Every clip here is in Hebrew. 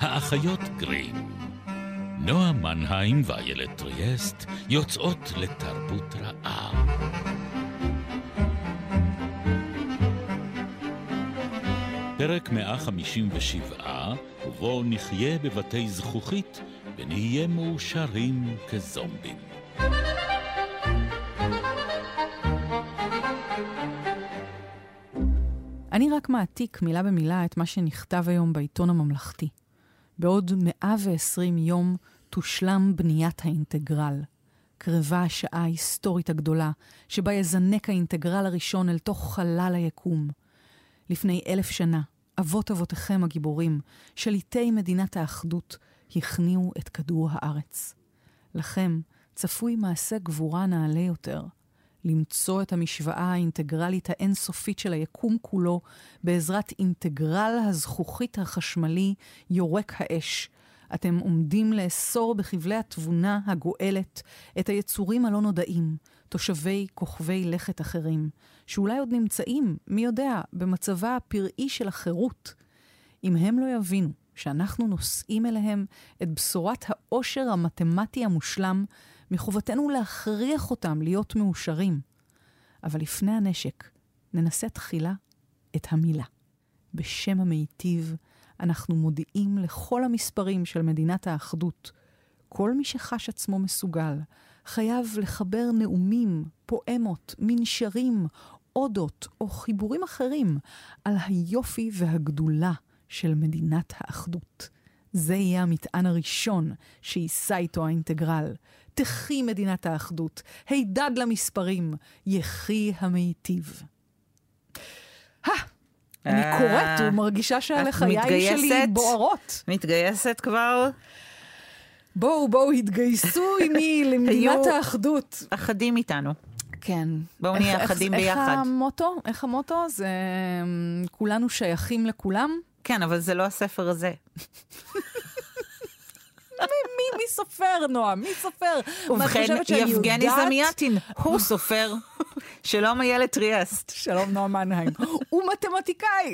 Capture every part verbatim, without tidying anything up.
האחיות גרים. נועה מנהיים ואיילת טריאסט יוצאות לתרבות רעה. פרק מאה חמישים ושבע, ובו נחיה בבתי זכוכית ונהיה מאושרים כזומבים. אני רק מעתיק מילה במילה את מה שנכתב היום בעיתון הממלכתי. בעוד מאה ועשרים יום תושלם בניית האינטגרל. קרבה השעה ההיסטורית הגדולה, שבה יזנק האינטגרל הראשון אל תוך חלל היקום. לפני אלף שנה, אבות אבותיכם הגיבורים, שליטי מדינת האחדות, הכניעו את כדור הארץ. לכם צפוי מעשה גבורה נעלה יותר, למצוא את המשוואה האינטגרלית האינסופית של היקום כולו, בעזרת אינטגרל הזכוכית החשמלי יורק האש. אתם עומדים לאסור בחבלי התבונה הגואלת את היצורים הלא נודעים, תושבי כוכבי לכת אחרים, שאולי עוד נמצאים, מי יודע, במצבה הפראי של החירות. אם הם לא יבינו שאנחנו נושאים אליהם את בשורת האושר המתמטי המושלם, מחובתנו להכריח אותם להיות מאושרים. אבל לפני הנשק, ננסה תחילה את המילה. בשם המיטיב, אנחנו מודיעים לכל המספרים של מדינת האחדות. כל מי שחש עצמו מסוגל, חייב לחבר נאומים, פואמות, מנשרים, אודות או חיבורים אחרים על היופי והגדולה של מדינת האחדות. זה יהיה המטען הראשון שיישא איתו האינטגרל. תחי מדינת האחדות, הידד למספרים, יחי המיטיב. אני קוראת ומרגישה שהלחיים שלי בוערות. מתגייסת כבר? בואו, בואו, התגייסו עימי למדינת האחדות. אחדים איתנו. כן. בואו נהיה אחדים ביחד. איך המוטו? איך המוטו? זה כולנו שייכים לכולם? כן, אבל זה לא הספר הזה. מי, מי סופר, נועה? מי סופר? ובכן, יבגני זמיאטין, הוא סופר. שלום איילת טריאסט. שלום נועה מנהיים. הוא מתמטיקאי.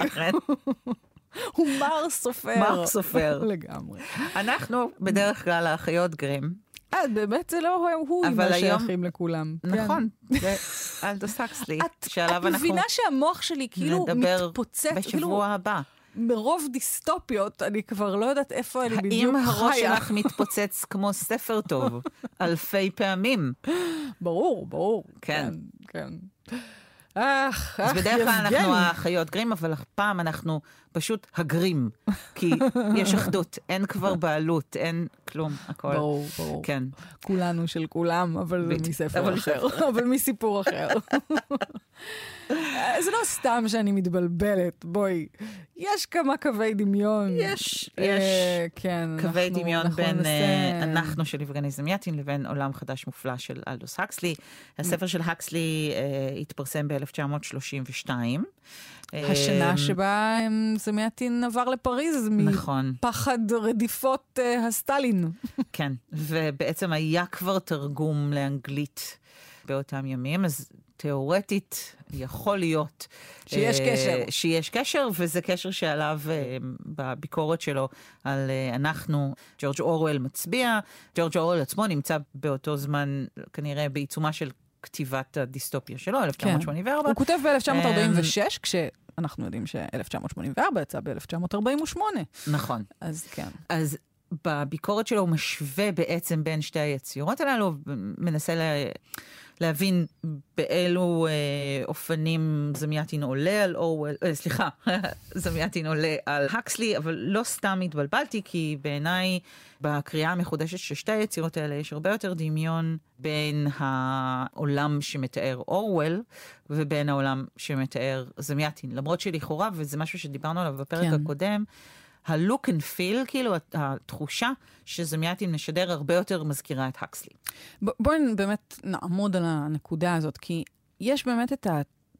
הוא מר סופר. מר סופר. לגמרי. אנחנו בדרך כלל האחיות גרים. אה, באמת זה לא הוא עם השייכים לכולם. נכון. זה אלדוס הקסלי, שעליו אנחנו... את מבינה שהמוח שלי כאילו מתפוצץ. נדבר בשבוע הבא. מרוב דיסטופיות, אני כבר לא יודעת איפה אני בדיוק חיה. האם הראש שלך מתפוצץ כמו ספר טוב, אלפי פעמים? ברור, ברור. כן. כן, כן. אך, אז בדרך כלל אנחנו האחיות גרים, אבל הפעם אנחנו פשוט הגרים, כי יש אחדות, אין כבר בעלות, אין כלום, הכל. ברור, ברור. כן. כולנו של כולם, אבל מספר אחר, אבל מסיפור אחר. זה לא סתם שאני מתבלבלת, בואי. יש כמה קווי דמיון. יש, יש כן, קווי דמיון בין אנחנו של יבגני זמיאטין לבין עולם חדש מופלא של אלדוס הקסלי. הספר של הקסלי התפרסם ב-אלף תשע מאות שלושים ושתיים. השנה שבה זמיאטין עבר לפריז מפחד רדיפות הסטלין. כן, ובעצם היה כבר תרגום לאנגלית באותם ימים, אז תיאורטית יכול להיות שיש קשר. שיש קשר, וזה קשר שעליו בביקורת שלו על אנחנו, ג'ורג' אורוול מצביע. ג'ורג' אורוול עצמו נמצא באותו זמן כנראה בעיצומה של כתיבת הדיסטופיה שלו, אלף תשע מאות שמונים וארבע. הוא כותב ב-אלף תשע מאות ארבעים ושש, כשאנחנו יודעים ש-אלף תשע מאות שמונים וארבע יצא ב-אלף תשע מאות ארבעים ושמונה. נכון. אז כן. אז בביקורת שלו הוא משווה בעצם בין שתי היצירות הללו, מנסה לה... להבין באילו אה, אופנים זמיאטין עולה על אורוול, אה, סליחה, זמיאטין עולה על הקסלי, אבל לא סתם התבלבלתי, כי בעיניי בקריאה המחודשת של שתי היצירות האלה יש הרבה יותר דמיון בין העולם שמתאר אורוול ובין העולם שמתאר זמיאטין. למרות שלכאורה, וזה משהו שדיברנו עליו בפרק כן. הקודם, הלוק אנד פיל, כאילו התחושה שזמיאטין משדר הרבה יותר מזכירה את הקסלי. בואי באמת נעמוד על הנקודה הזאת, כי יש באמת את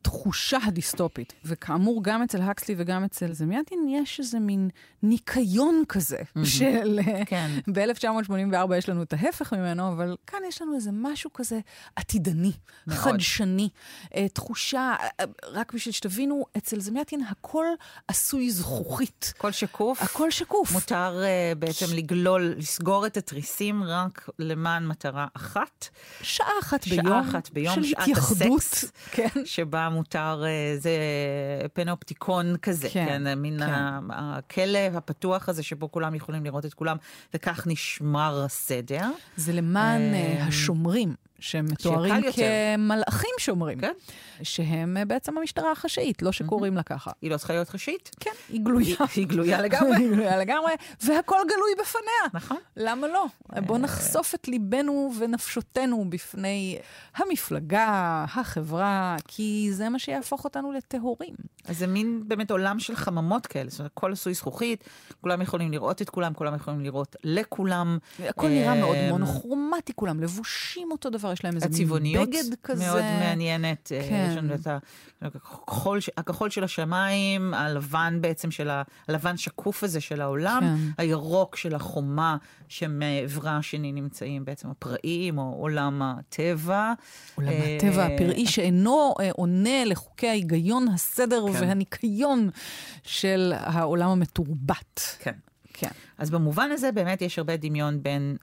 התחושה הדיסטופית. וכאמור, גם אצל הקסלי וגם אצל זמיאטין, יש איזה מין ניקיון כזה, mm-hmm. של... כן. ב-אלף תשע מאות שמונים וארבע יש לנו את ההפך ממנו, אבל כאן יש לנו איזה משהו כזה עתידני, מאוד. חדשני, תחושה, רק בשביל שתבינו, אצל זמיאטין הכל עשוי זכוכית. הכל שקוף. הכל שקוף. מותר uh, בעצם ש... לגלול, לסגור את התריסים רק למען מטרה אחת. שעה אחת שעה ביום. אחת ביום, של שעת התייחדות. הסקס. כן. שבה מותר, uh, זה פנאופטיקון כזה. כן. כן, מין כן. הכלא הפתוח הזה, שבו כולם יכולים לראות את כולם, וכך נשמר הסדר. זה למען uh, השומרים. שהם מתוארים כמלאכים שומרים. כן. שהם בעצם המשטרה החשאית, לא שקוראים לה ככה. היא לא צריכה להיות חשאית? כן, היא גלויה. היא גלויה לגמרי. היא גלויה לגמרי, והכל גלוי בפניה. נכון. למה לא? בוא נחשוף את ליבנו ונפשותנו בפני המפלגה, החברה, כי זה מה שיהפוך אותנו לטהורים. אז זה מין באמת עולם של חממות כאלה, זאת אומרת, הכל עשוי זכוכית, כולם יכולים לראות את כולם, כולם יכולים לראות לכולם. הכל נראה מאוד מונוכרומטי, כולם לבושים אותו דבר, יש להם איזה מין בגד כזה. מאוד מעניינת. כן. יש לנו את הכחול, הכחול של השמיים, הלבן בעצם של ה, הלבן שקוף הזה של העולם, כן. הירוק של החומה שמעברה השני נמצאים בעצם הפראים או עולם הטבע. עולם הטבע הפראי שאינו עונה לחוקי ההיגיון, הסדר כן. והניקיון של העולם המתורבת. כן. כן. אז במובן הזה באמת יש הרבה דמיון בין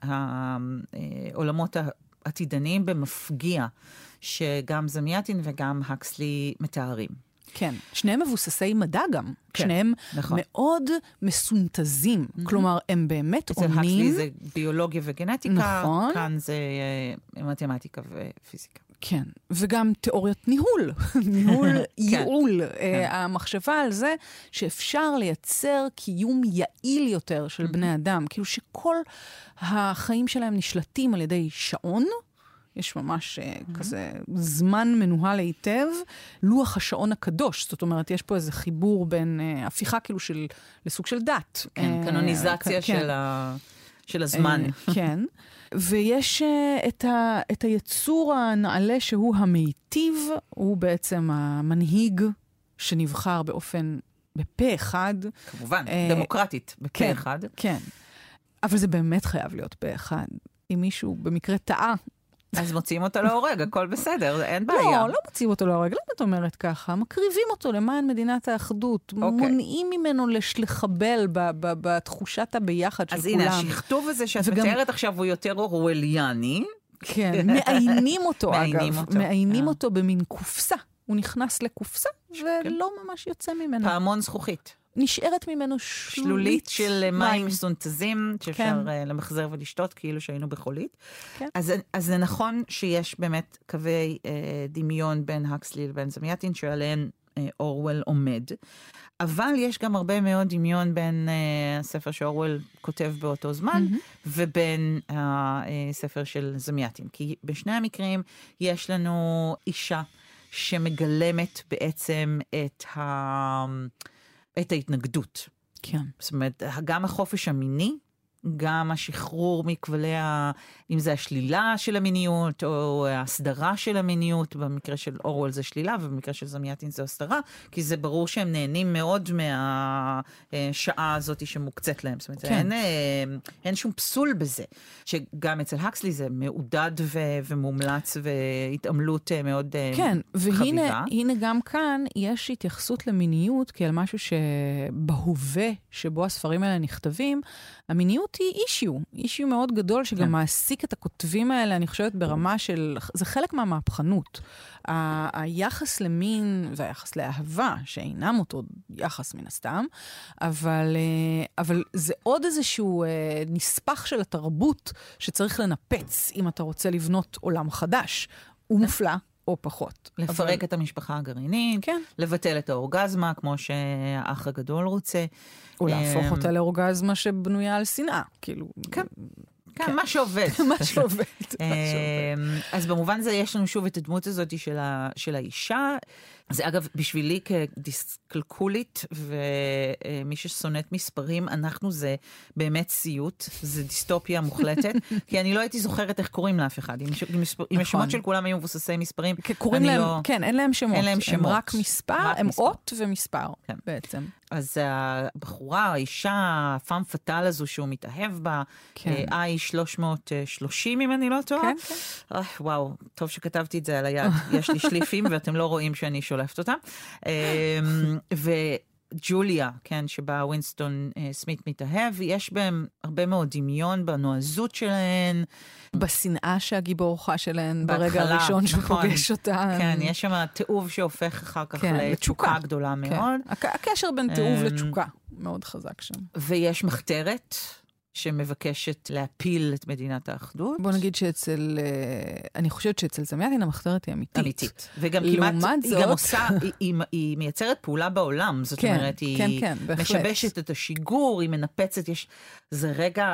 העולמות העתידניים במפגיע, שגם זמיאטין וגם הקסלי מתארים. כן, שניהם מבוססי מדע גם. כן, שניהם נכון. מאוד מסונטזים. Mm-hmm. כלומר, הם באמת אצל עונים... אצל הקסלי זה ביולוגיה וגנטיקה, נכון. כאן זה uh, מתמטיקה ופיזיקה. כן, וגם תיאוריית ניהול, ניהול ייעול. המחשבה על זה שאפשר לייצר קיום יעיל יותר של בני אדם, כאילו שכל החיים שלהם נשלטים על ידי שעון, יש ממש כזה זמן מנוהל היטב, לוח השעון הקדוש, זאת אומרת, יש פה איזה חיבור בין הפיכה כאילו של, לסוג של דת. כן, קנוניזציה של ה... של הזמן. כן. ויש את, ה, את היצור הנעלה שהוא המיטיב, הוא בעצם המנהיג שנבחר באופן, בפה אחד. כמובן, דמוקרטית, בפה כן, אחד. כן. אבל זה באמת חייב להיות פה אחד. אם מישהו במקרה טעה, אז מוציאים אותו להורג, הכל בסדר, אין בעיה. לא, לא מוציאים אותו להורג, למה את אומרת ככה? מקריבים אותו למען מדינת האחדות, okay. מונעים ממנו לחבל ב- ב- בתחושת הביחד של אז כולם. אז הנה, השכתוב הזה שאת וגם... מתארת עכשיו הוא יותר אורווליאני. כן, מעיינים אותו מעיינים אגב, אותו. מעיינים yeah. אותו במין קופסה. הוא נכנס לקופסה ולא ממש יוצא ממנו. פעמון זכוכית. נשארת ממנו שלולית, שלולית של מים מסונטזים, שאפשר כן. למחזר ולשתות כאילו שהיינו בחולית. כן. אז, אז זה נכון שיש באמת קווי אה, דמיון בין הקסלי לבין זמיאטין, שעליהן אה, אורוול עומד. אבל יש גם הרבה מאוד דמיון בין אה, הספר שאורוול כותב באותו זמן, mm-hmm. ובין הספר של זמיאטין. כי בשני המקרים יש לנו אישה שמגלמת בעצם את ה... את ההתנגדות. כן. זאת אומרת, גם החופש המיני, גם השחרור מכבלי, ה... אם זה השלילה של המיניות, או ההסדרה של המיניות, במקרה של אורוול זה שלילה, ובמקרה של זמיאטין זה הסדרה, כי זה ברור שהם נהנים מאוד מהשעה הזאת שמוקצת להם. זאת אומרת, כן. אין, אין שום פסול בזה, שגם אצל הקסלי זה מעודד ו... ומומלץ, והתעמלות מאוד כן, חביבה. והנה הנה גם כאן יש התייחסות למיניות, כאל משהו שבהווה, שבו הספרים האלה נכתבים, המיניות היא אישיו, אישיו מאוד גדול, שגם כן. מעסיק את הכותבים האלה, אני חושבת ברמה של, זה חלק מהמהפכנות. ה- היחס למין והיחס לאהבה, שאינם אותו יחס מן הסתם, אבל, אבל זה עוד איזשהו נספח של התרבות, שצריך לנפץ, אם אתה רוצה לבנות עולם חדש. הוא מופלא. או פחות. לפרק אבל... את המשפחה הגרעינית, כן. לבטל את האורגזמה, כמו שהאח הגדול רוצה. או להפוך אותה לאורגזמה שבנויה על שנאה, כאילו. כן, כן, מה שעובד. מה שעובד. אז במובן הזה יש לנו שוב את הדמות הזאת של האישה, זה אגב, בשבילי כדיסקלקולית, ומי ששונאת מספרים, אנחנו זה באמת סיוט, זה דיסטופיה מוחלטת, כי אני לא הייתי זוכרת איך קוראים לאף אחד. אם השמות של כולם היו מבוססי מספרים, קוראים להם, כן, אין להם שמות. אין להם שמות. הם רק מספר, הם אות ומספר, בעצם. אז הבחורה, האישה, הפאם פטל הזו שהוא מתאהב בה, איי שלוש מאות ושלושים, אם אני לא טועה. כן, כן. וואו, טוב שכתבתי את זה על היד. יש לי שליפים ואתם לא רואים שאני שולפת אותם. וג'וליה, כן, שבה ווינסטון סמית מתאהב, יש בהם הרבה מאוד דמיון בנועזות שלהן. בשנאה שהגיבור חש שלהן ברגע הראשון שהוא פוגש אותה. כן, יש שם תיעוב שהופך אחר כך לתשוקה גדולה מאוד. הקשר בין תיעוב לתשוקה מאוד חזק שם. ויש מחתרת שמבקשת להפיל את מדינת האחדות. בוא נגיד שאצל, אני חושבת שאצל זמיאטין המחתרת היא אמיתית. אמיתית. וגם כמעט, היא גם עושה, היא מייצרת פעולה בעולם. זאת אומרת, היא משבשת את השיגור, היא מנפצת, זה רגע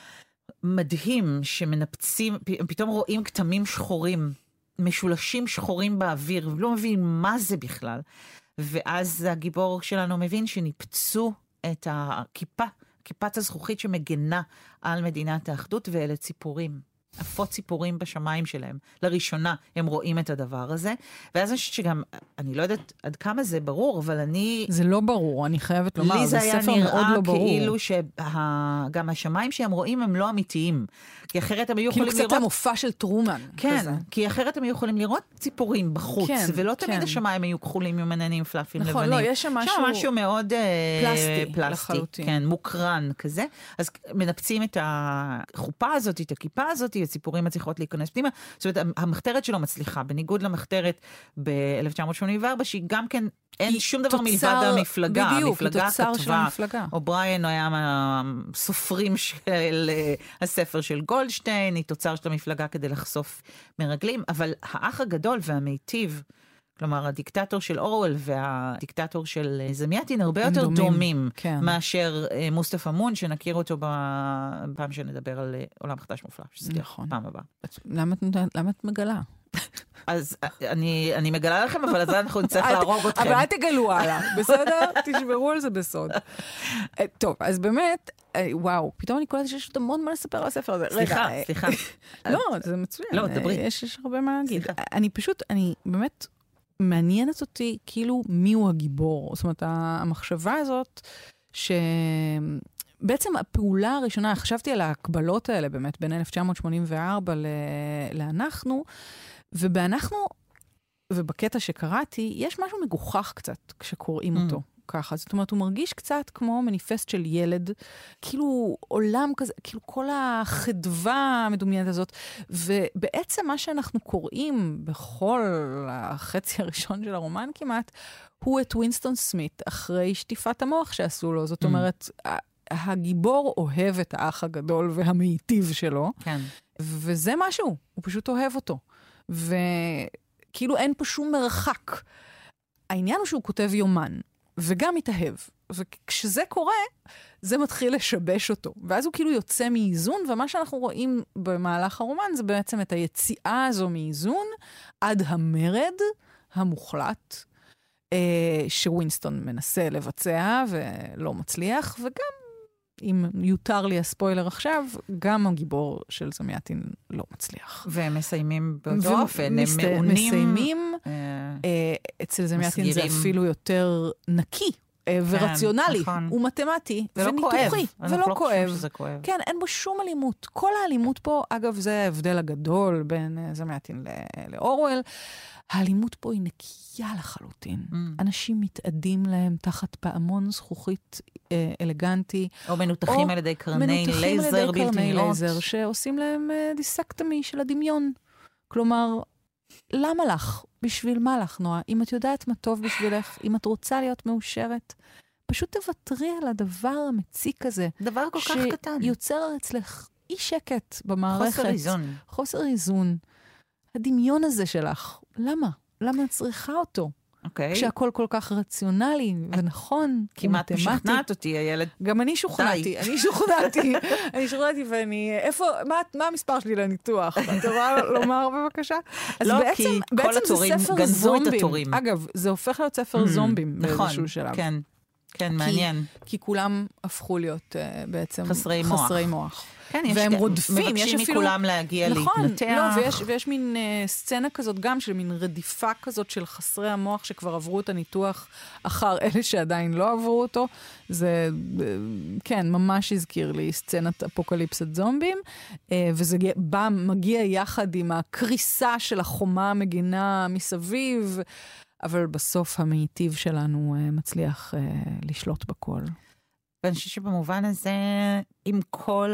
מדהים שמנפצים, פתאום רואים כתמים שחורים, משולשים שחורים באוויר, ולא מבין מה זה בכלל. ואז הגיבור שלנו מבין שניפצו את הכיפה, כיפת הזכוכית שמגנה על מדינת האחדות, ואלה ציפורים. עפות ציפורים בשמיים שלהם. לראשונה הם רואים את הדבר הזה, ואז אני חושבת שגם, אני לא יודעת עד כמה זה ברור, אבל אני... זה לא ברור, אני חייבת לומר, זה ספר מאוד לא ברור. לי זה היה נראה כאילו שגם השמיים שהם רואים הם לא אמיתיים, כי אחרת הם היו יכולים לראות... כאילו קצת המופע של טרומן. כן, כי אחרת הם היו יכולים לראות ציפורים בחוץ, ולא תמיד השמיים הייו כחולים עם עננים פלאפים לבנים. נכון, לא, יש שם משהו מאוד פלסטי, לחלוטין. כן, מוקרן כזה. אז מנפצים את החופה הזאת, את הכיפה הזאת, הציפורים מצליחות להיכנס פנימה. זאת אומרת, המחתרת שלו מצליחה, בניגוד למחתרת ב-אלף תשע מאות שמונים וארבע, שהיא גם כן, אין שום דבר מלבד המפלגה. בדיוק, היא תוצר של המפלגה. אובריין היה מהסופרים של הספר של גולדשטיין, היא תוצר של המפלגה כדי לחשוף מרגלים, אבל האח הגדול והמיטיב, כלומר, הדיקטטור של אורוול והדיקטטור של זמיאטין הרבה יותר דומים, דומים כן. מאשר מוסטפא מון, שנכיר אותו בפעם שנדבר על עולם חדש מופלא, שזה נכון. פעם הבאה. למה, למה את מגלה? אז אני, אני מגלה לכם, אבל אז אנחנו נצטרך להרוג אתכם. אבל אל תגלו הלאה, בסדר? תשמרו על זה בסוד. טוב, אז באמת, וואו, פתאום אני קולטת שיש עוד המון מה לספר על הספר הזה. סליחה, סליחה. לא, זה מצוין. לא, דברי. יש, יש הרבה מה להגיד. אני פשוט, אני באמת... מעניינת אותי כאילו מיהו הגיבור. זאת אומרת, המחשבה הזאת שבעצם הפעולה הראשונה, חשבתי על ההקבלות האלה באמת בין אלף תשע מאות שמונים וארבע לאנחנו, ובאנחנו, ובקטע שקראתי, יש משהו מגוחך קצת כשקוראים mm. אותו. ככה. זאת אומרת, הוא מרגיש קצת כמו מניפסט של ילד, כאילו עולם כזה, כאילו כל החדווה המדומיינת הזאת, ובעצם מה שאנחנו קוראים בכל החצי הראשון של הרומן כמעט, הוא את ווינסטון סמית אחרי שטיפת המוח שעשו לו. זאת אומרת, הגיבור אוהב את האח הגדול והמיטיב שלו, כן. וזה משהו, הוא פשוט אוהב אותו. וכאילו אין פה שום מרחק. העניין הוא שהוא כותב יומן, וגם מתאהב. וכשזה קורה, זה מתחיל לשבש אותו. ואז הוא כאילו יוצא מאיזון, ומה שאנחנו רואים במהלך הרומן, זה בעצם את היציאה הזו מאיזון, עד המרד המוחלט, אה, שווינסטון מנסה לבצע, ולא מצליח, וגם, אם יותר לי הספוילר עכשיו, גם הגיבור של זמיאטין לא מצליח. והם מסיימים באותו אופן, הם מעונים. מסיימים, אצל זמיאטין זה אפילו יותר נקי ורציונלי, הוא מתמטי וניתוחי, ולא כואב. כן, אין בו שום אלימות. כל האלימות פה, אגב, זה ההבדל הגדול בין זמיאטין לאורוול, האלימות פה היא נקייה לחלוטין. Mm. אנשים מתעדים להם תחת פעמון זכוכית אה, אלגנטי. או מנותחים או על ידי קרני לייזר בלתי נראות. לייזר שעושים להם אה, דיסקטמי של הדמיון. כלומר, למה לך? בשביל מה לך, נועה? אם את יודעת מה טוב בשבילך, אם את רוצה להיות מאושרת, פשוט תוותרי על הדבר המציק הזה. דבר כל כך קטן. שיוצר אצלך אי שקט במערכת. חוסר איזון. חוסר איזון. הדמיון הזה שלך, למה? למה את צריכה אותו? אוקיי. כשהכל כל כך רציונלי ונכון, כמעט משכנעת אותי, הילד. גם אני שוכנעתי, אני שוכנעתי, אני שוכנעתי ואני, איפה, מה המספר שלי לניתוח? את יכולה לומר בבקשה? לא, כי כל התורים גנזו את התורים. אגב, זה הופך להיות ספר זומבים באיזשהו שלב. כן, כן, מעניין. כי כולם הפכו להיות בעצם חסרי מוח. חסרי מוח. כן, והם רודפים, מבקשים מכולם להגיע להתנתח. נכון, לא, ויש, ויש מין uh, סצנה כזאת גם, של מין רדיפה כזאת של חסרי המוח, שכבר עברו את הניתוח אחר אלה שעדיין לא עברו אותו. זה, כן, ממש הזכיר לי סצנת אפוקליפסת זומבים, uh, וזה בא, מגיע יחד עם הקריסה של החומה המגינה מסביב, אבל בסוף המיטיב שלנו uh, מצליח uh, לשלוט בכל. ואני חושבת שבמובן הזה, עם כל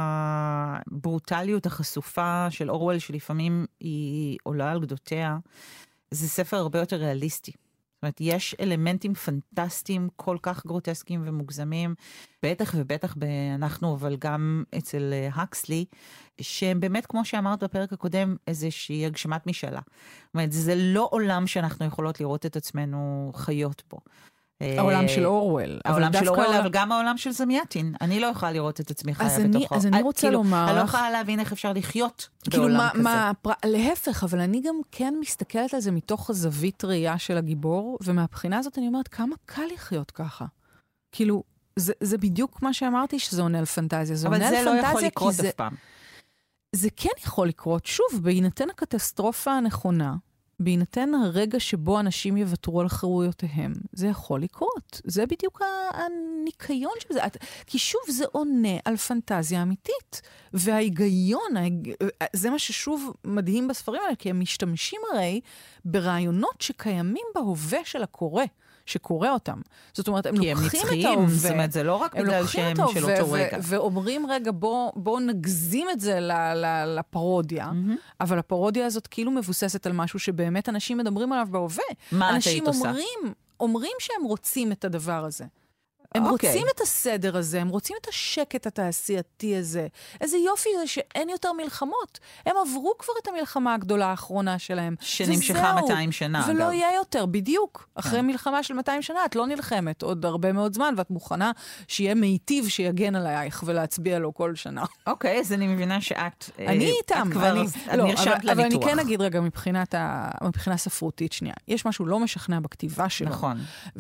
הברוטליות החשופה של אורוול, שלפעמים היא עולה על גדותיה, זה ספר הרבה יותר ריאליסטי. זאת אומרת, יש אלמנטים פנטסטיים, כל כך גרוטסקיים ומוגזמים, בטח ובטח אנחנו, אבל גם אצל הקסלי, שהם באמת, כמו שאמרת בפרק הקודם, איזושהי הגשמת משאלה. זאת אומרת, זה לא עולם שאנחנו יכולות לראות את עצמנו חיות בו. העולם של אורוול. העולם של אורוול, אבל גם העולם של זמיאטין. אני לא יכולה לראות את עצמי חיה בתוכו. אז אני רוצה לומר... אני לא יכולה להבין איך אפשר לחיות בעולם כזה. להפך, אבל אני גם כן מסתכלת על זה מתוך הזווית ראייה של הגיבור, ומהבחינה הזאת אני אומרת, כמה קל לחיות ככה. כאילו, זה בדיוק מה שאמרתי, שזה עונה על פנטזיה. אבל זה לא יכול לקרות אף פעם. זה כן יכול לקרות. שוב, בהינתן הקטסטרופה הנכונה, בהינתן הרגע שבו אנשים יוותרו על חירויותיהם, זה יכול לקרות. זה בדיוק הניקיון של זה. כי שוב, זה עונה על פנטזיה אמיתית. וההיגיון, זה מה ששוב מדהים בספרים האלה, כי הם משתמשים הרי ברעיונות שקיימים בהווה של הקורא. שקורא אותם. זאת אומרת, הם לוקחים את ההווה. זאת אומרת, זה לא רק בגלל שהם של אותו רגע. ואומרים, רגע, בואו נגזים את זה לפרודיה, אבל הפרודיה הזאת כאילו מבוססת על משהו שבאמת אנשים מדברים עליו בהווה. מה את היית עושה? אנשים אומרים שהם רוצים את הדבר הזה. הם okay. רוצים את הסדר הזה, הם רוצים את השקט התעשייתי הזה. איזה יופי זה שאין יותר מלחמות. הם עברו כבר את המלחמה הגדולה האחרונה שלהם. שנמשכה מאתיים שנה. ולא אגב. יהיה יותר, בדיוק. אחרי מלחמה של מאתיים שנה, את לא נלחמת עוד הרבה מאוד זמן, ואת מוכנה שיהיה מיטיב שיגן עלייך ולהצביע לו כל שנה. אוקיי, אז אני מבינה שאת... אני איתם. את כבר נרשמת לניתוח. אבל אני כן אגיד רגע, מבחינה ספרותית שנייה. יש משהו לא משכנע בכתיבה שלו. נכון.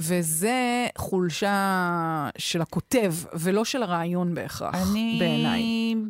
וזה חולשה של הכותב, ולא של הרעיון בהכרח, אני... בעיניי.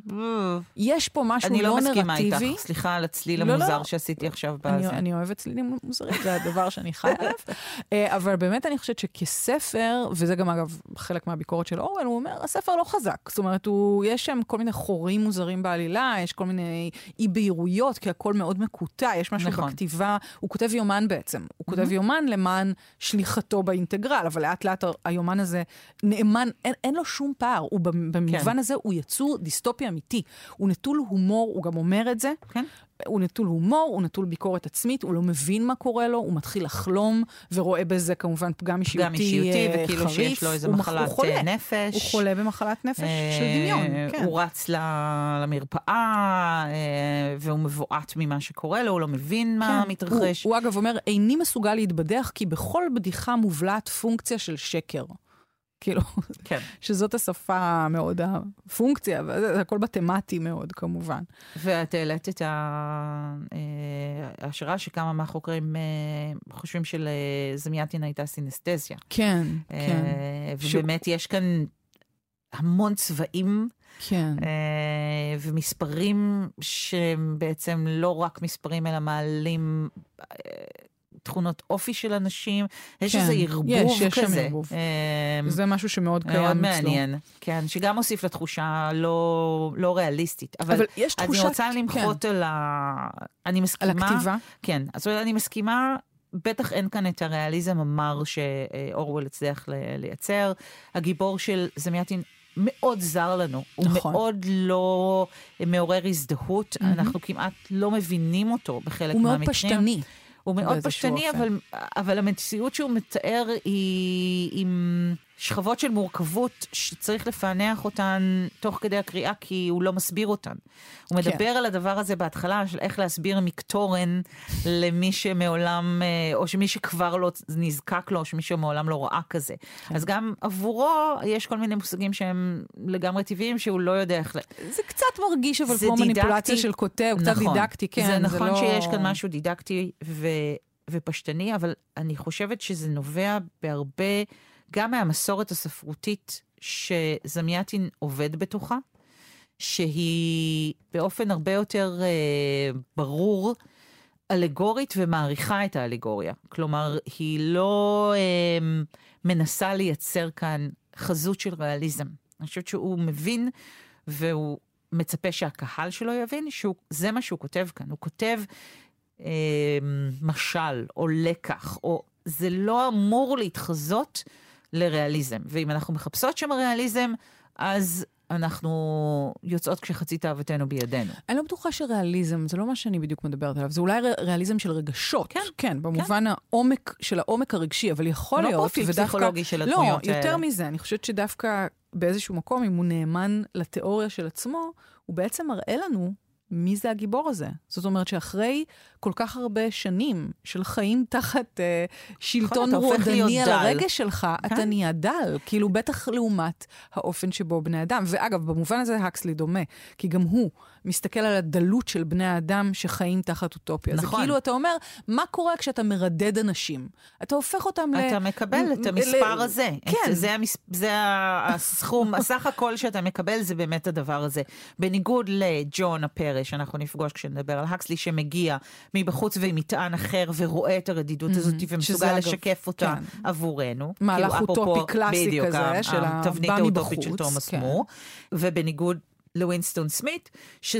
יש פה משהו לא, לא נרטיבי. אני לא מסכימה איתך, סליחה על הצליל לא, המוזר לא. שעשיתי עכשיו בזה. אני, אני אוהבת צלילים מוזרים, זה הדבר שאני חי עליו. אבל באמת אני חושבת שכספר, וזה גם אגב חלק מהביקורת של אורוול, הוא אומר, הספר לא חזק. זאת אומרת, הוא, יש שם כל מיני חורים מוזרים בעלילה, יש כל מיני אי-בהירויות, כי הכל מאוד מקוטע, יש משהו נכון. בכתיבה, הוא כותב יומן בעצם. הוא כותב mm-hmm. יומן למען שליחתו באינטגרל, אבל לאט לאט היומן הזה נאמן, אין, אין לו שום פער. הוא במובן כן. הזה, הוא יצור דיסטופי אמיתי. הוא נטול הומור, הוא גם אומר את זה. כן. הוא נטול הומור, הוא נטול ביקורת עצמית, הוא לא מבין מה קורה לו, הוא מתחיל לחלום, ורואה בזה כמובן פגם אישיותי חריף. פגם אישיותי, וכאילו שיש לו איזה מחלת נפש. הוא חולה במחלת נפש של דמיון. הוא רץ למרפאה, והוא מבועת ממה שקורה לו, הוא לא מבין מה מתרחש. הוא אגב אומר, איני מסוגל להתבדח, כי בכל בדיחה מובלעת פונקציה של שקר. כאילו, כן. שזאת השפה מאוד, הפונקציה, וזה הכל בתמטי מאוד, כמובן. ואת העלית את ההשראה שכמה מהחוקרים חושבים שלזמיאטין הייתה סינסטזיה. כן, כן. ובאמת יש כאן המון צבעים, כן. ומספרים שהם בעצם לא רק מספרים, אלא מעלים... תכונות אופי של אנשים, יש איזה ערבוב כזה. יש, יש שם ערבוב. זה משהו שמאוד קיים אצלו. מאוד מעניין, כן, שגם מוסיף לתחושה לא ריאליסטית. אבל יש תחושת... אני רוצה למחות על ה... אני מסכימה... על הכתיבה? כן, אז אני מסכימה, בטח אין כאן את הריאליזם המר שאורוול הצליח לייצר. הגיבור של זמיאטין מאוד זר לנו. הוא מאוד לא מעורר הזדהות. אנחנו כמעט לא מבינים אותו בחלק מהמקרים. הוא מאוד פשטני. הוא מאוד פשטני, אבל, אבל המציאות שהוא מתאר היא עם שכבות של מורכבות שצריך לפענח אותן תוך כדי הקריאה, כי הוא לא מסביר אותן. הוא מדבר כן. על הדבר הזה בהתחלה, של איך להסביר מקטורן למי שמעולם, או שמי שכבר לא נזקק לו, או שמי שמעולם לא ראה כזה. כן. אז גם עבורו יש כל מיני מושגים שהם לגמרי טבעיים, שהוא לא יודע איך... זה קצת מרגיש, אבל כמו מניפולציה של כותב, קצת נכון. דידקטי, כן. זה נכון זה לא... שיש כאן משהו דידקטי ו... ופשטני, אבל אני חושבת שזה נובע בהרבה, גם מהמסורת הספרותית שזמיאטין עובד בתוכה, שהיא באופן הרבה יותר אה, ברור, אלגורית ומעריכה את האלגוריה. כלומר, היא לא אה, מנסה לייצר כאן חזות של ריאליזם. אני חושבת שהוא מבין, והוא מצפה שהקהל שלו יבין, שזה מה שהוא כותב כאן. הוא כותב משל או לקח, או זה לא אמור להתחזות לריאליזם. ואם אנחנו מחפשות שם ריאליזם, אז אנחנו יוצאות כשחצי תאוותנו בידינו. אני לא בטוחה שריאליזם, זה לא מה שאני בדיוק מדברת עליו, זה אולי ריאליזם של רגשות. כן. כן, במובן כן. העומק, של העומק הרגשי, אבל יכול להיות... לא פרופיל ודווקא, פסיכולוגי של הדמויות לא, יותר מזה, אני חושבת שדווקא באיזשהו מקום, אם הוא נאמן לתיאוריה של עצמו, הוא בעצם מראה לנו מי זה הגיבור הזה. זאת אומרת שאחרי כל כך הרבה שנים של חיים תחת אה, שלטון רודני על הרגש שלך, כן? אתה נהיה דל. כאילו בטח לעומת האופן שבו בני אדם. ואגב, במובן הזה הקסלי דומה, כי גם הוא מסתכל על הדלות של בני האדם שחיים תחת אוטופיה. נכון. זה כאילו אתה אומר, מה קורה כשאתה מרדד אנשים? אתה הופך אותם אתה ל... אתה מקבל את המספר ל... הזה. כן. את, זה, המס... זה הסכום, הסך הכל שאתה מקבל זה באמת הדבר הזה. בניגוד לג'ון הפרש, שאנחנו נפגוש כשנדבר על הקסלי, שמגיע מבחוץ ומטען אחר ורואה את הרדידות הזאת ומסוגל לשקף אותה עבורנו. מהלך אוטופי קלאסי כזה של התבנית האוטופית של תומאס מור. ובניגוד לווינסטון סמית,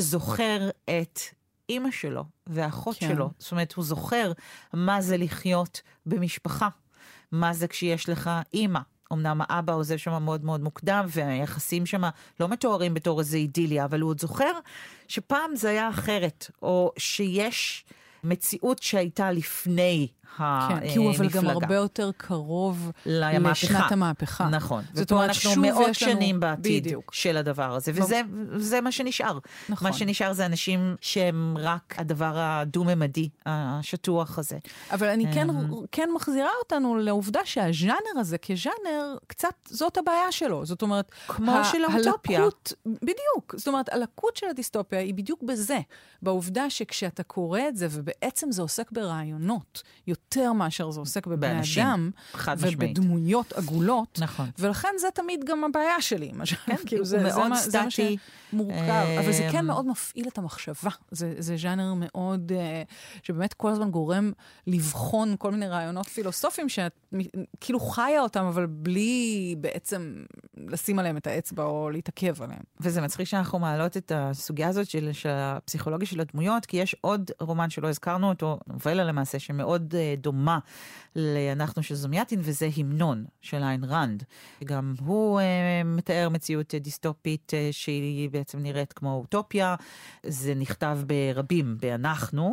שזוכר את אמא שלו והאחות שלו. זאת אומרת, הוא זוכר מה זה לחיות במשפחה. מה זה כשיש לך אמא. אמנם האבא עוזב שם מאוד מאוד מוקדם, והיחסים שם לא מתוארים בתור איזה אידיליה, אבל הוא עוד זוכר שפעם זה היה אחרת, או שיש מציאות שהייתה לפני המפלגה. כן, כי הוא אבל גם הרבה יותר קרוב לשנת המהפכה. נכון. זאת אומרת, אנחנו מאות שנים בעתיד של הדבר הזה, וזה מה שנשאר. מה שנשאר זה אנשים שהם רק הדבר הדו-ממדי, השטוח הזה. אבל אני כן מחזירה אותנו לעובדה שהז'אנר הזה, כז'אנר, קצת זאת הבעיה שלו. זאת אומרת, כמו של האוטופיה. בדיוק. זאת אומרת, הלקות של הדיסטופיה היא בדיוק בזה. בעובדה שכשאתה קורא את זה, ובעצם זה עוסק ברעיונות, יותר מאשר זה עוסק בבני באנשים, אדם, ובדמויות עגולות, נכון. ולכן זה תמיד גם הבעיה שלי. כן, כאילו זה, זה, מאוד זה, סטטי. זה מה שמורכב, אבל זה כן מאוד מפעיל את המחשבה. זה, זה ז'אנר מאוד, שבאמת כל הזמן גורם לבחון כל מיני רעיונות פילוסופיים, שאת כאילו חיה אותם, אבל בלי בעצם לשים עליהם את האצבע או להתעכב עליהם. וזה מצחיק שאנחנו מעלות את הסוגיה הזאת של, של הפסיכולוגיה של הדמויות, כי יש עוד רומן שלא הזכרנו אותו, נובלה למעשה, שמאוד דומה לאנחנו של זמיאטין, וזה המנון של איין רנד. גם הוא אה, מתאר מציאות דיסטופית אה, שהיא בעצם נראית כמו אוטופיה. זה נכתב ברבים, באנחנו,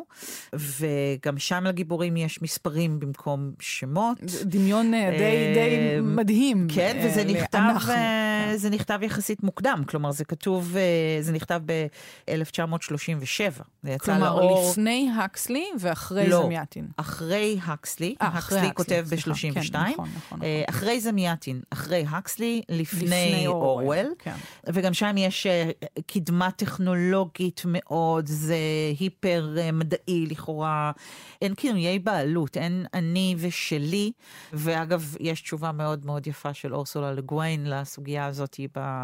וגם שם לגיבורים יש מספרים במקום שמות. דמיון אה, די, די מדהים. כן, וזה אה, נכתב, אה, זה נכתב יחסית מוקדם, כלומר זה כתוב, אה, זה נכתב ב-אלף תשע מאות שלושים ושבע. זה יצא כלומר, לאור... לפני הקסלי ואחרי לא, זמיאטין. אחרי הקסלי, הקסלי כותב ב-שלושים ושתיים, כן, נכון, נכון, נכון. אחרי זמיאטין, אחרי הקסלי, לפני, לפני אורוול, כן. וגם שם יש קדמה טכנולוגית מאוד, זה היפר מדעי לכאורה, אין כינויי בעלות, אין אני ושלי, ואגב יש תשובה מאוד מאוד יפה של אורסולה לגוויין לסוגיה הזאת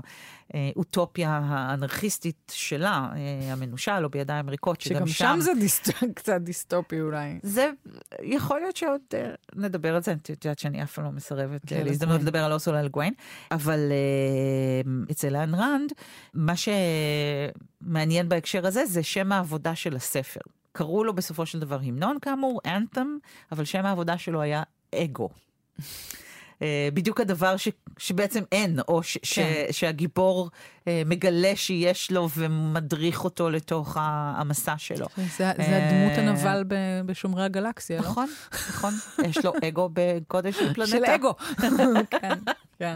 באוטופיה האנרכיסטית שלה, המנושל או בידיים ריקות, שגם שם, שם זה דיסט... קצת דיסטופי אולי. זה יכול להיות שעוד נדבר על זה, את יודעת שאני אף פעם לא מסרבת להזדמנות לדבר על אורסולה לגוויין, אבל אצל איין רנד, מה שמעניין בהקשר הזה זה שם העבודה של הספר. קראו לו בסופו של דבר המנון כאמור, אנת'ם, אבל שם העבודה שלו היה אגו. בדיוק הדבר ש, שבעצם אין, או ש, כן. ש, שהגיבור מגלה שיש לו ומדריך אותו לתוך המסע שלו. זה, זה הדמות הנבל בשומרי הגלקסיה, נכון, לא? נכון, יש לו אגו בגודל של פלנטה. של אגו. כן. כן.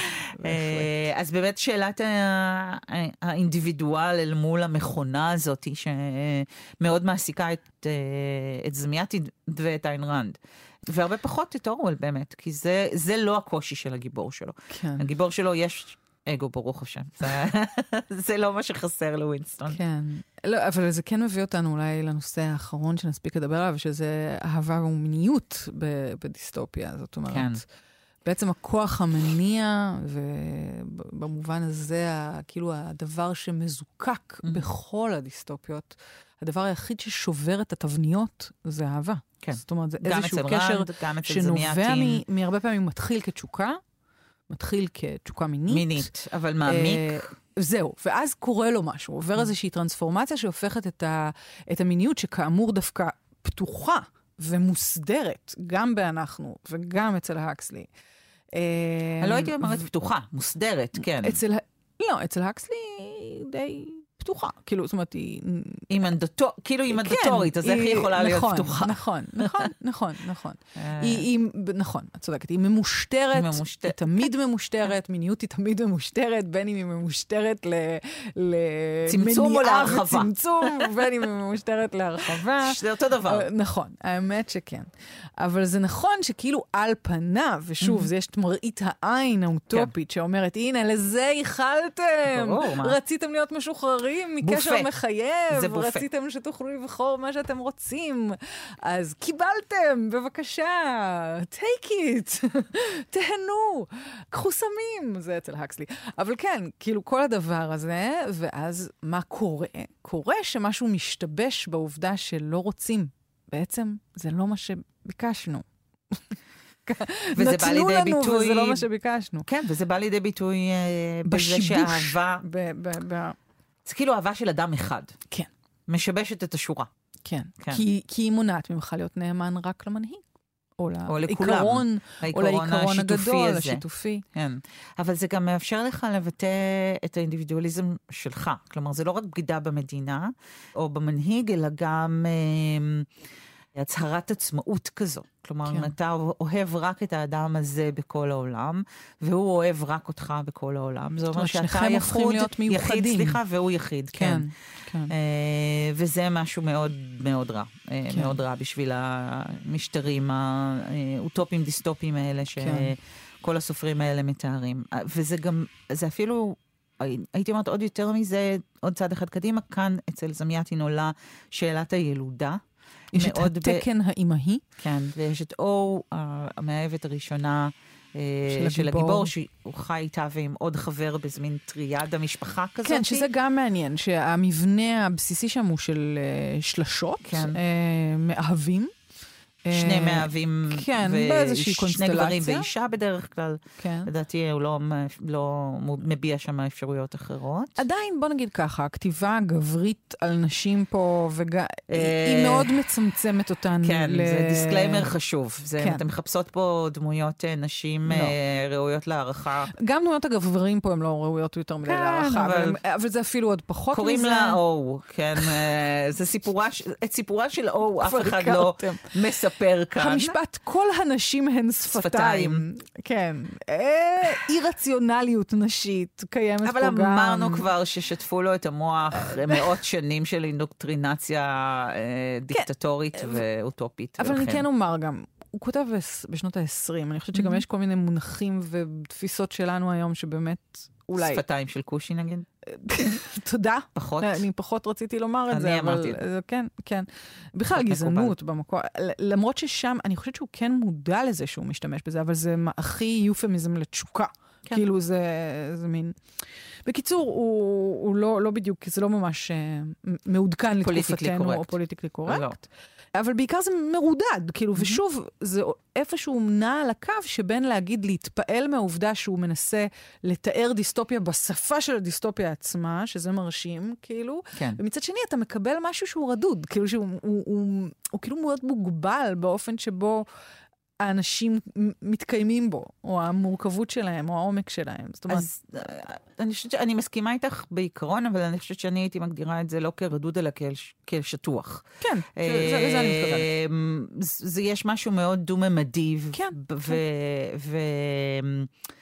אז באמת שאלת האינדיבידואל אל מול המכונה הזאת, שמאוד מעסיקה את, את זמיאתי ואת איין רנד. והרבה פחות את אורוול באמת, כי זה, זה לא הקושי של הגיבור שלו. כן. הגיבור שלו יש אגו, ברוך השם. זה, זה לא מה שחסר לווינסטון. כן. לא, אבל זה כן מביא אותנו אולי לנושא האחרון שנספיק לדבר עליו, שזה אהבה ומיניות בדיסטופיה. זאת אומרת, כן. בעצם הכוח המניע, ובמובן הזה, כאילו הדבר שמזוקק mm-hmm. בכל הדיסטופיות, הדבר היחיד ששובר את התבניות זה אהבה. כן. זאת אומרת, זה איזשהו קשר רנד, שנובע מ- מהרבה פעמים מתחיל כתשוקה, מתחיל כתשוקה מינית. מינית, אבל מעמיק. אה, זהו, ואז קורה לו משהו, עובר איזושהי טרנספורמציה שהופכת את, ה, את המיניות שכאמור דווקא פתוחה ומוסדרת, גם באנחנו וגם אצל הקסלי. אני לא הייתי אומרת פתוחה, מוסדרת, כן. אצל, לא, אצל הקסלי די פתוחה, כאילו, זאת אומרת, היא... היא מנדטורית, כאילו היא מנדטורית, אז איך היא יכולה להיות פתוחה? נכון, נכון, נכון, נכון. היא, נכון, את צודקת, היא ממושטרת, היא תמיד ממושטרת, מיניות היא תמיד ממושטרת, בין אם היא ממושטרת צמצום או להרחבה. צמצום, בין אם היא ממושטרת להרחבה. זה אותו דבר. נכון, האמת שכן. אבל זה נכון שכאילו על פניו, ושוב, זה יש את מראית העין האוטופית, שאומרת, הנה, לזה ייחלתם, רציתם להיות משוחררים, מקשר מחייב, רציתם שתוכלו לבחור מה שאתם רוצים, אז קיבלתם, בבקשה, take it, תהנו, קחו סמים, זה אצל הקסלי. אבל כן, כאילו כל הדבר הזה, ואז מה קורה? קורה שמשהו משתבש בעובדה שלא רוצים. בעצם זה לא מה שביקשנו. וזה בא לידי ביטוי... נתנו לנו וזה לא מה שביקשנו. כן, וזה בא לידי ביטוי בזה שהאהבה... זה כאילו אהבה של אדם אחד. כן. משבשת את השורה. כן. כן. כי, כי היא מונעת ממך להיות נאמן רק למנהיג. או, או לעיקרון, או לעיקרון הגדול, הזה. השיתופי. כן. אבל זה גם מאפשר לך לבטא את האינדיבידואליזם שלך. כלומר, זה לא רק בגידה במדינה, או במנהיג, אלא גם... הצהרת עצמאות כזו. כלומר, כן. אתה אוהב רק את האדם הזה בכל העולם, והוא אוהב רק אותך בכל העולם. זה אומר שאתה יחוד, יחיד, סליחה, והוא יחיד. כן. כן. כן. אה, וזה משהו מאוד מאוד רע. כן. מאוד רע בשביל המשטרים האוטופיים, דיסטופיים האלה, שכל הסופרים האלה מתארים. וזה גם, זה אפילו... הייתי אומרת עוד יותר מזה, עוד צעד אחד קדימה, כאן אצל זמיאתי עולה שאלת הילודה, יש את התקן האימהי. כן, ויש את או המאהבת הראשונה של הגיבור, שהוא חי איתה ועם עוד חבר בזמין טריאדה משפחה כזאת. כן, שזה גם מעניין, שהמבנה הבסיסי שם הוא של שלשות, מאהבים. שני מאהבים, כן, באיזושהי קונסטלציה. שני גברים ואישה בדרך כלל. כן. לדעתי הוא לא, לא מביע שם אפשרויות אחרות. עדיין, בוא נגיד ככה, הכתיבה הגברית על נשים פה, וג... היא מאוד מצמצמת אותן. כן, ל... זה דיסקליימר חשוב. זה, כן. אתם מחפשות פה דמויות נשים לא. ראויות להערכה. גם דמויות הגברים פה הן לא ראויות יותר מדי כן, להערכה, אבל... אבל... אבל זה אפילו עוד פחות קוראים מזה. קוראים לה או, כן. זה סיפורה, את סיפורה של או, אף אחד לא מספר. המשפט, כל הנשים הן שפתיים. כן. אי רציונליות נשית קיימת פה גם. אבל אמרנו כבר ששתפו לו את המוח מאות שנים של אינדוקטרינציה דיקטטורית ואוטופית. אבל אני כן אומר גם, הוא כותב בשנות ה-עשרים, אני חושבת שגם יש כל מיני מונחים ותפיסות שלנו היום שבאמת אולי... שפתיים של קושי נגיד? תודה. פחות? אני פחות רציתי לומר את זה. אני אמרתי את זה. כן, כן. בכלל גזענות במקור. למרות ששם, אני חושבת שהוא כן מודע לזה שהוא משתמש בזה, אבל זה הכי יופמיזם לתשוקה. כאילו זה, זה מין... בקיצור, הוא, הוא לא, לא בדיוק, זה לא ממש מעודכן לתקופתנו, או פוליטיקלי קורקט. אבל בעיקר זה מרודד, כאילו, mm-hmm. ושוב, זה איפשהו נע על הקו שבין להגיד, להתפעל מהעובדה שהוא מנסה לתאר דיסטופיה בשפה של הדיסטופיה עצמה, שזה מרשים, כאילו, כן. ומצד שני אתה מקבל משהו שהוא רדוד, כאילו שהוא הוא, הוא, הוא, הוא כאילו מאוד מוגבל באופן שבו האנשים מתקיימים בו, או המורכבות שלהם, או העומק שלהם. זאת אומרת... אז אני חושבת שאני מסכימה איתך בעיקרון, אבל אני חושבת שאני הייתי מגדירה את זה לא כרדוד, אלא כשטוח. כן, זה אני מתכוונת. זה יש משהו מאוד דו-ממדי, כן.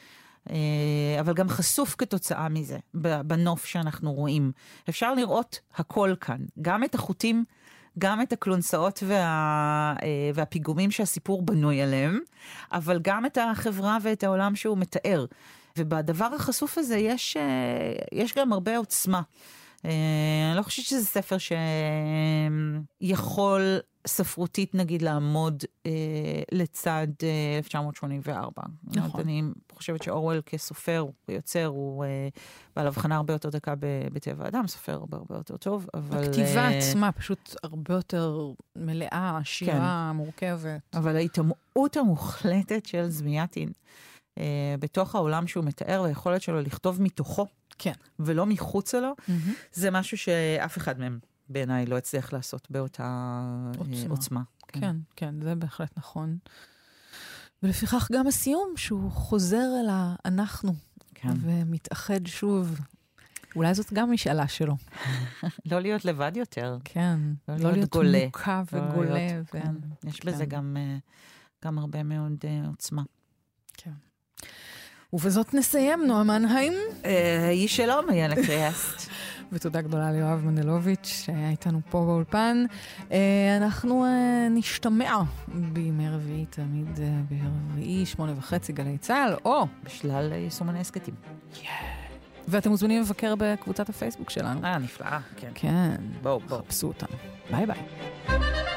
אבל גם חשוף כתוצאה מזה, בנוף שאנחנו רואים. אפשר לראות הכל כאן, גם את החוטים, גם את הקלונסאות וה, והפיגומים שהסיפור בנוי עליהם, אבל גם את החברה ואת העולם שהוא מתאר. ובדבר החשוף הזה יש, יש גם הרבה עוצמה. אני לא חושבת שזה ספר שיכול ספרותית נגיד לעמוד לצד אלף תשע מאות שמונים וארבע. נכון. אני חושבת שאורוול כסופר, כיוצר, הוא בעל הבחנה הרבה יותר דקה בטבע האדם, סופר הרבה הרבה יותר טוב, אבל... הכתיבה עצמה פשוט הרבה יותר מלאה, עשירה, כן. מורכבת. אבל ההתאמעות המוחלטת של זמיאטין, בתוך העולם שהוא מתאר, והיכולת שלו לכתוב מתוכו, כן. ולא מחוץ לו, mm-hmm. זה משהו שאף אחד מהם בעיניי לא הצליח לעשות באותה עוצמה. עוצמה. כן. כן, כן, זה בהחלט נכון. ולפיכך גם הסיום שהוא חוזר אל האנחנו, כן. ומתאחד שוב. אולי זאת גם משאלה שלו. לא להיות לבד יותר. כן, לא, לא להיות גולה. מוקע וגולה. לא להיות, ו... כן. יש כן. בזה גם, גם הרבה מאוד עוצמה. כן. ובזאת נסיים, נועה מנהיים. יהי שלום, איילה קריאסט. ותודה גדולה ליואב מנדלוביץ' שהיה איתנו פה באולפן. אנחנו נשתמע בימי רביעי, תמיד ברביעי, שמונה וחצי גלי צהל, או בשלל יישומני הסקטים. ואתם מוזמנים לבקר בקבוצת הפייסבוק שלנו. אה, נפלאה, כן. כן. בואו, בואו. חפשו אותם. ביי ביי.